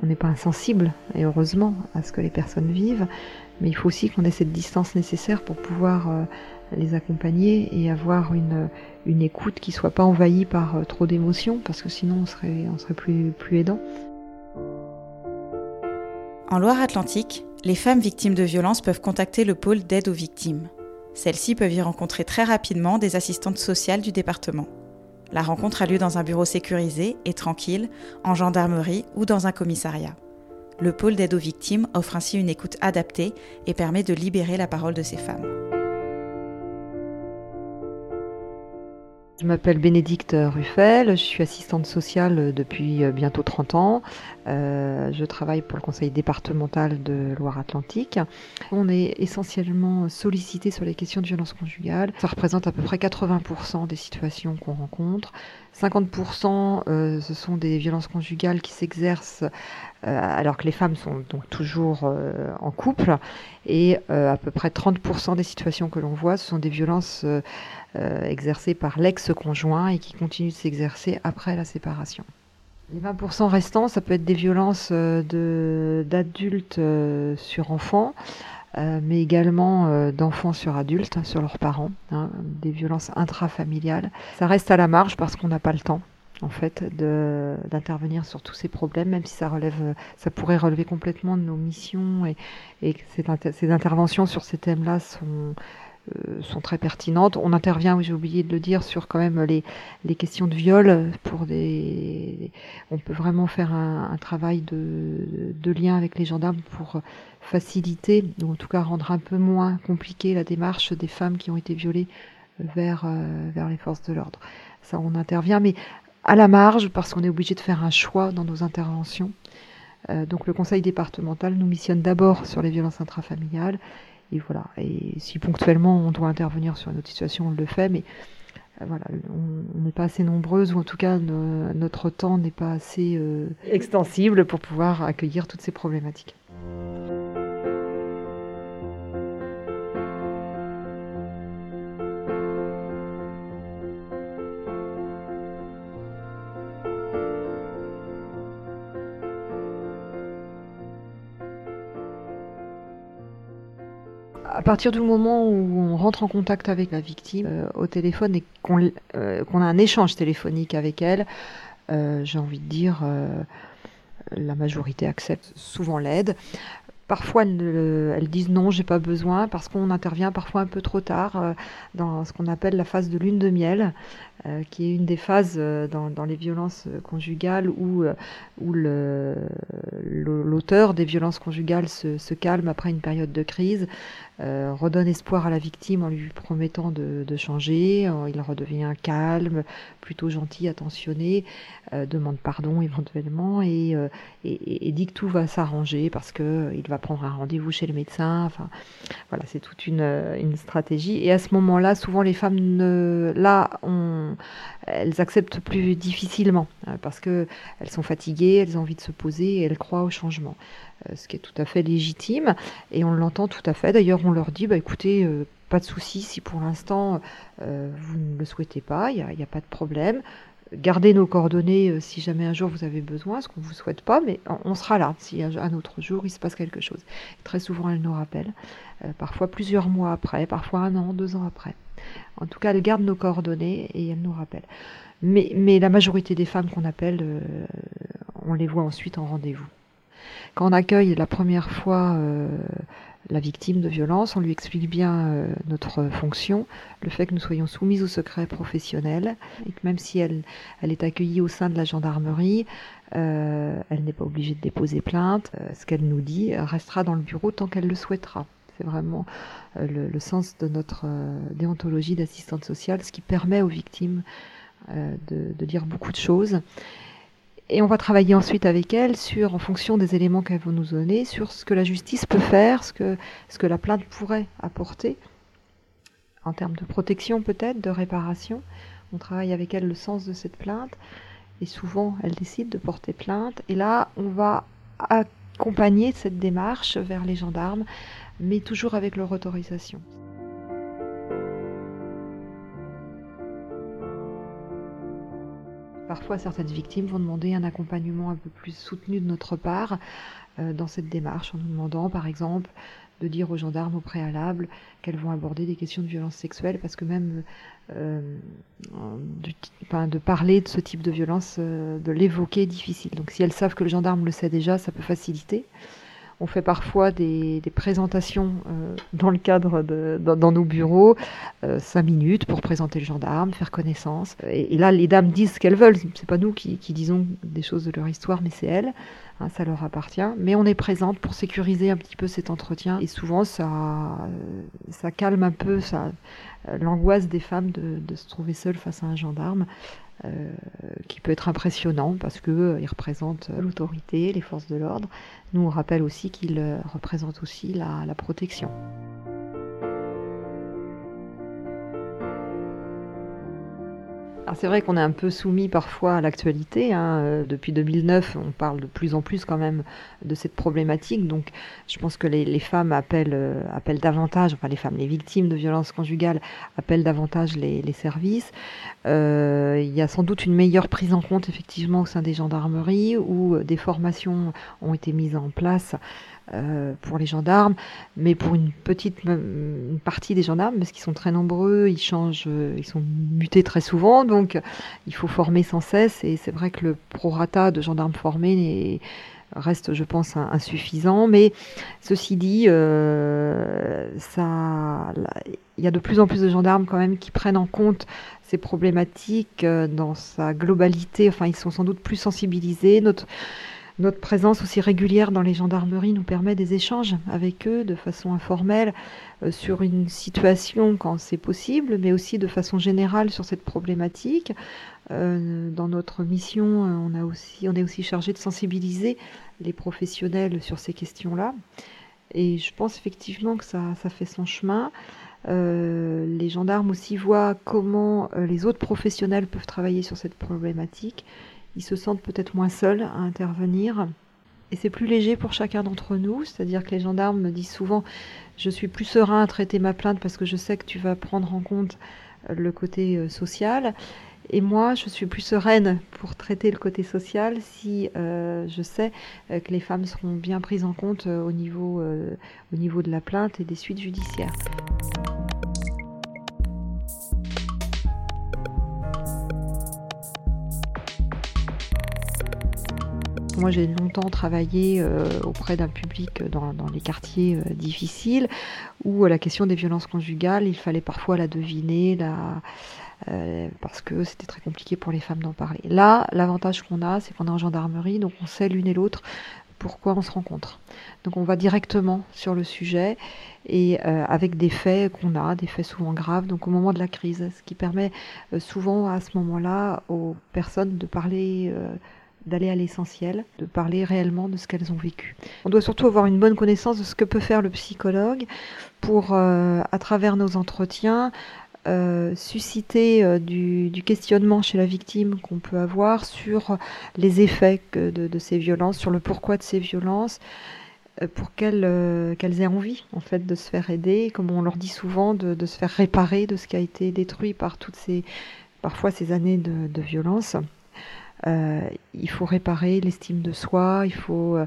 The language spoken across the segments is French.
on n'est pas insensible, et heureusement, à ce que les personnes vivent, mais il faut aussi qu'on ait cette distance nécessaire pour pouvoir les accompagner et avoir une écoute qui ne soit pas envahie par trop d'émotions, parce que sinon on serait plus aidant. En Loire-Atlantique, les femmes victimes de violences peuvent contacter le pôle d'aide aux victimes. Celles-ci peuvent y rencontrer très rapidement des assistantes sociales du département. La rencontre a lieu dans un bureau sécurisé et tranquille, en gendarmerie ou dans un commissariat. Le pôle d'aide aux victimes offre ainsi une écoute adaptée et permet de libérer la parole de ces femmes. Je m'appelle Bénédicte Ruffel, je suis assistante sociale depuis bientôt 30 ans. Je travaille pour le conseil départemental de Loire-Atlantique. On est essentiellement sollicité sur les questions de violence conjugale. Ça représente à peu près 80% des situations qu'on rencontre. 50% ce sont des violences conjugales qui s'exercent alors que les femmes sont donc toujours en couple. Et à peu près 30% des situations que l'on voit, ce sont des violences exercées par l'ex-conjoint et qui continuent de s'exercer après la séparation. Les 20% restants, ça peut être des violences d'adultes sur enfants, mais également d'enfants sur adultes, sur leurs parents, des violences intrafamiliales. Ça reste à la marge parce qu'on n'a pas le temps, en fait, d'intervenir sur tous ces problèmes, même si ça pourrait relever complètement de nos missions et que ces interventions sur ces thèmes-là sont très pertinentes. On intervient, oui, j'ai oublié de le dire, sur quand même les questions de viol. On peut vraiment faire un travail de lien avec les gendarmes pour faciliter, ou en tout cas rendre un peu moins compliquée la démarche des femmes qui ont été violées vers les forces de l'ordre. Ça, on intervient, mais à la marge, parce qu'on est obligé de faire un choix dans nos interventions. Donc le conseil départemental nous missionne d'abord sur les violences intrafamiliales. Et voilà. Et si ponctuellement on doit intervenir sur une autre situation, on le fait, mais voilà, on n'est pas assez nombreuses, ou en tout cas notre temps n'est pas assez extensible pour pouvoir accueillir toutes ces problématiques. À partir du moment où on rentre en contact avec la victime au téléphone et qu'on a un échange téléphonique avec elle, j'ai envie de dire, la majorité accepte souvent l'aide. Parfois, elles disent non, j'ai pas besoin, parce qu'on intervient parfois un peu trop tard dans ce qu'on appelle la phase de lune de miel, qui est une des phases dans les violences conjugales où l'auteur des violences conjugales se calme après une période de crise, redonne espoir à la victime en lui promettant de changer, il redevient calme, plutôt gentil, attentionné, demande pardon éventuellement et dit que tout va s'arranger parce qu'il va prendre un rendez-vous chez le médecin. Enfin, voilà, c'est toute une stratégie. Et à ce moment-là, souvent les femmes elles acceptent plus difficilement parce que elles sont fatiguées, elles ont envie de se poser et elles croient au changement. Ce qui est tout à fait légitime et on l'entend tout à fait. D'ailleurs, on leur dit, écoutez, pas de souci si pour l'instant vous ne le souhaitez pas, il n'y a pas de problème. Gardez nos coordonnées si jamais un jour vous avez besoin, ce qu'on ne vous souhaite pas, mais on sera là si un autre jour il se passe quelque chose. Très souvent, elles nous rappellent, parfois plusieurs mois après, parfois 1 an, 2 ans après. En tout cas, elles gardent nos coordonnées et elles nous rappellent. Mais la majorité des femmes qu'on appelle, on les voit ensuite en rendez-vous. Quand on accueille la première fois la victime de violence, on lui explique bien notre fonction, le fait que nous soyons soumises au secret professionnel et que même si elle est accueillie au sein de la gendarmerie, elle n'est pas obligée de déposer plainte. Ce qu'elle nous dit restera dans le bureau tant qu'elle le souhaitera. C'est vraiment le sens de notre déontologie d'assistante sociale, ce qui permet aux victimes de dire beaucoup de choses. Et on va travailler ensuite avec elles en fonction des éléments qu'elles vont nous donner, sur ce que la justice peut faire, ce que la plainte pourrait apporter, en termes de protection peut-être, de réparation. On travaille avec elles le sens de cette plainte, et souvent elles décident de porter plainte. Et là, on va accompagner cette démarche vers les gendarmes, mais toujours avec leur autorisation. Parfois, certaines victimes vont demander un accompagnement un peu plus soutenu de notre part dans cette démarche, en nous demandant, par exemple, de dire aux gendarmes au préalable qu'elles vont aborder des questions de violence sexuelle, parce que même de parler de ce type de violence, de l'évoquer est difficile. Donc si elles savent que le gendarme le sait déjà, ça peut faciliter. On fait parfois des présentations dans le cadre dans nos bureaux, 5 minutes pour présenter le gendarme, faire connaissance. Et là, les dames disent ce qu'elles veulent. C'est pas nous qui disons des choses de leur histoire, mais c'est elles. Hein, ça leur appartient. Mais on est présente pour sécuriser un petit peu cet entretien. Et souvent, ça calme un peu l'angoisse des femmes de se trouver seules face à un gendarme. Qui peut être impressionnant parce qu'il représente l'autorité, les forces de l'ordre. Nous, on rappelle aussi qu'il représente aussi la protection. Alors c'est vrai qu'on est un peu soumis parfois à l'actualité. Depuis 2009, on parle de plus en plus quand même de cette problématique. Donc je pense que les femmes appellent davantage, enfin les victimes de violences conjugales appellent davantage les services. Il y a sans doute une meilleure prise en compte effectivement au sein des gendarmeries où des formations ont été mises en place pour les gendarmes, mais pour une partie des gendarmes, parce qu'ils sont très nombreux, ils changent, ils sont mutés très souvent, donc il faut former sans cesse, et c'est vrai que le prorata de gendarmes formés reste, je pense, insuffisant, mais ceci dit, il y a de plus en plus de gendarmes quand même qui prennent en compte ces problématiques dans sa globalité, enfin ils sont sans doute plus sensibilisés. Notre présence aussi régulière dans les gendarmeries nous permet des échanges avec eux de façon informelle sur une situation quand c'est possible, mais aussi de façon générale sur cette problématique. Dans notre mission, on est aussi chargé de sensibiliser les professionnels sur ces questions-là. Et je pense effectivement que ça fait son chemin. Les gendarmes aussi voient comment les autres professionnels peuvent travailler sur cette problématique. Ils se sentent peut-être moins seuls à intervenir. Et c'est plus léger pour chacun d'entre nous. C'est-à-dire que les gendarmes me disent souvent « Je suis plus serein à traiter ma plainte parce que je sais que tu vas prendre en compte le côté social. » Et moi, je suis plus sereine pour traiter le côté social si je sais que les femmes seront bien prises en compte au niveau de la plainte et des suites judiciaires. Moi, j'ai longtemps travaillé auprès d'un public dans les quartiers difficiles où la question des violences conjugales, il fallait parfois la deviner, parce que c'était très compliqué pour les femmes d'en parler. Là, l'avantage qu'on a, c'est qu'on est en gendarmerie, donc on sait l'une et l'autre pourquoi on se rencontre. Donc on va directement sur le sujet et avec des faits des faits souvent graves, donc au moment de la crise, ce qui permet souvent à ce moment-là aux personnes de parler d'aller à l'essentiel, de parler réellement de ce qu'elles ont vécu. On doit surtout avoir une bonne connaissance de ce que peut faire le psychologue pour, à travers nos entretiens, susciter du questionnement chez la victime qu'on peut avoir sur les effets de ces violences, sur le pourquoi de ces violences, pour qu'elles aient envie en fait de se faire aider, comme on leur dit souvent, de se faire réparer de ce qui a été détruit par parfois ces années de violence. Il faut réparer l'estime de soi, il faut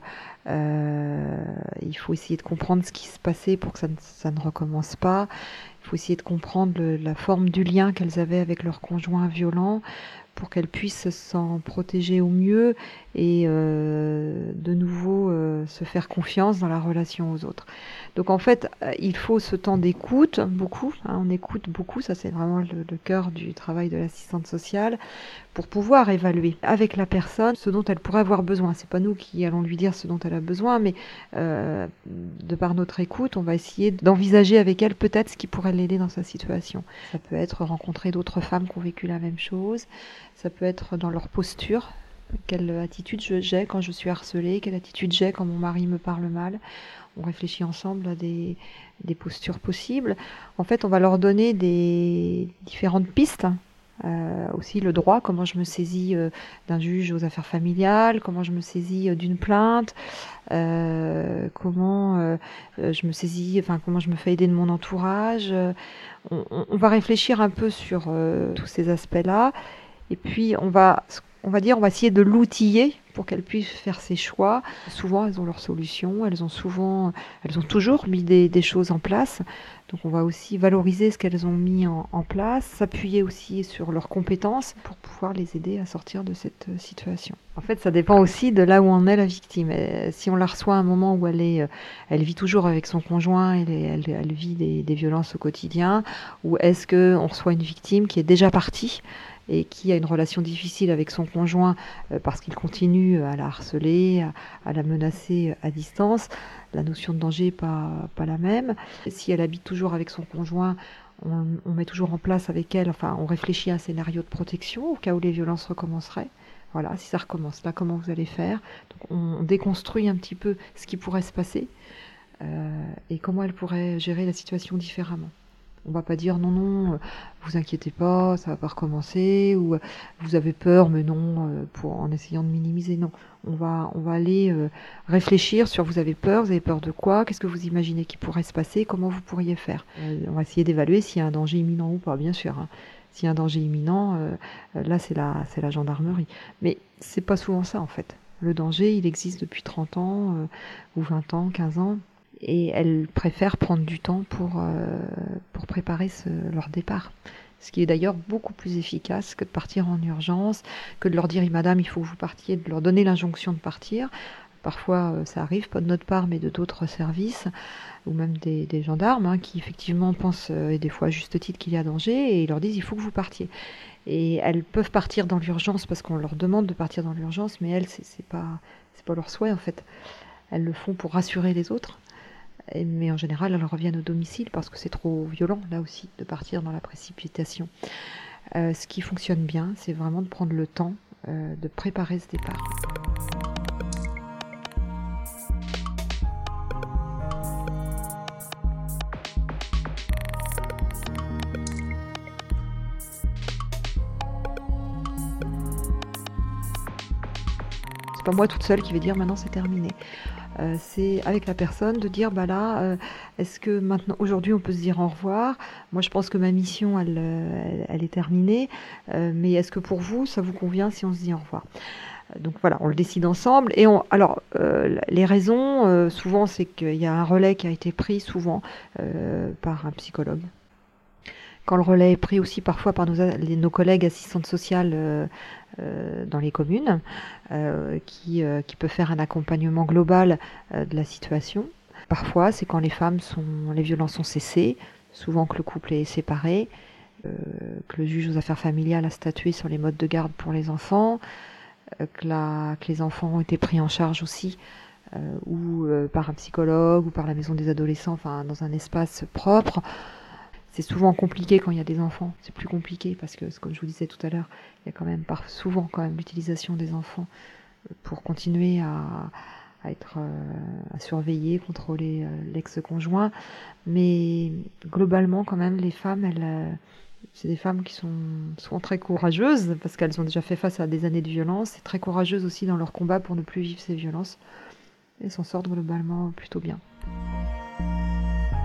essayer de comprendre ce qui se passait pour que ça ne recommence pas. Il faut essayer de comprendre la forme du lien qu'elles avaient avec leur conjoint violent pour qu'elles puissent s'en protéger au mieux et de nouveau se faire confiance dans la relation aux autres. Donc en fait, il faut ce temps d'écoute, beaucoup, on écoute beaucoup, ça c'est vraiment le cœur du travail de l'assistante sociale, pour pouvoir évaluer avec la personne ce dont elle pourrait avoir besoin. C'est pas nous qui allons lui dire ce dont elle a besoin, mais de par notre écoute, on va essayer d'envisager avec elle peut-être ce qui pourrait l'aider dans sa situation. Ça peut être rencontrer d'autres femmes qui ont vécu la même chose, ça peut être dans leur posture, quelle attitude j'ai quand je suis harcelée, quelle attitude j'ai quand mon mari me parle mal. On réfléchit ensemble à des postures possibles. En fait, on va leur donner des différentes pistes. Aussi le droit, comment je me saisis d'un juge aux affaires familiales, comment je me saisis d'une plainte, comment je me saisis, comment je me fais aider de mon entourage. On va réfléchir un peu sur tous ces aspects-là. Et puis, On va essayer de l'outiller pour qu'elles puissent faire ses choix. Souvent, elles ont leurs solutions, elles ont toujours mis des choses en place. Donc on va aussi valoriser ce qu'elles ont mis en place, s'appuyer aussi sur leurs compétences pour pouvoir les aider à sortir de cette situation. En fait, ça dépend aussi de là où en est la victime. Et si on la reçoit à un moment où elle vit toujours avec son conjoint, elle vit des violences au quotidien, ou est-ce qu'on reçoit une victime qui est déjà partie et qui a une relation difficile avec son conjoint parce qu'il continue à la harceler, à la menacer à distance. La notion de danger n'est pas la même. Si elle habite toujours avec son conjoint, on met toujours en place avec elle, on réfléchit à un scénario de protection au cas où les violences recommenceraient. Voilà, si ça recommence, là, comment vous allez faire? Donc, on déconstruit un petit peu ce qui pourrait se passer et comment elle pourrait gérer la situation différemment. On va pas dire non, vous inquiétez pas, ça va pas recommencer, ou vous avez peur, mais non, en essayant de minimiser. Non, on va aller réfléchir sur vous avez peur de quoi, qu'est-ce que vous imaginez qui pourrait se passer, comment vous pourriez faire. On va essayer d'évaluer s'il y a un danger imminent ou pas, bien sûr. Hein. S'il y a un danger imminent, là c'est la gendarmerie. Mais c'est pas souvent ça en fait. Le danger, il existe depuis 30 ans, ou 20 ans, 15 ans. Et elles préfèrent prendre du temps pour préparer leur départ. Ce qui est d'ailleurs beaucoup plus efficace que de partir en urgence, que de leur dire madame, il faut que vous partiez, de leur donner l'injonction de partir. Parfois, ça arrive, pas de notre part, mais de d'autres services, ou même des gendarmes, qui effectivement pensent, et des fois à juste titre, qu'il y a danger, et ils leur disent il faut que vous partiez. Et elles peuvent partir dans l'urgence parce qu'on leur demande de partir dans l'urgence, mais elles, c'est pas leur souhait en fait. Elles le font pour rassurer les autres. Mais en général, elles reviennent au domicile parce que c'est trop violent, là aussi, de partir dans la précipitation. Ce qui fonctionne bien, c'est vraiment de prendre le temps de préparer ce départ. C'est pas moi toute seule qui vais dire maintenant c'est terminé. C'est avec la personne de dire est-ce que maintenant aujourd'hui on peut se dire au revoir? Moi je pense que ma mission elle est terminée, mais est-ce que pour vous ça vous convient si on se dit au revoir? Donc voilà, on le décide ensemble. Et les raisons, souvent c'est qu'il y a un relais qui a été pris souvent par un psychologue. Quand le relais est pris aussi parfois par nos collègues assistantes sociales dans les communes, qui peuvent faire un accompagnement global de la situation. Parfois, c'est quand les violences ont cessé, souvent que le couple est séparé, que le juge aux affaires familiales a statué sur les modes de garde pour les enfants, que les enfants ont été pris en charge aussi, ou par un psychologue, ou par la maison des adolescents, dans un espace propre. C'est souvent compliqué quand il y a des enfants, c'est plus compliqué parce que, comme je vous disais tout à l'heure, il y a souvent l'utilisation des enfants pour continuer à surveiller, contrôler l'ex-conjoint. Mais globalement, quand même, les femmes, c'est des femmes qui sont très courageuses parce qu'elles ont déjà fait face à des années de violence et très courageuses aussi dans leur combat pour ne plus vivre ces violences et s'en sortent globalement plutôt bien.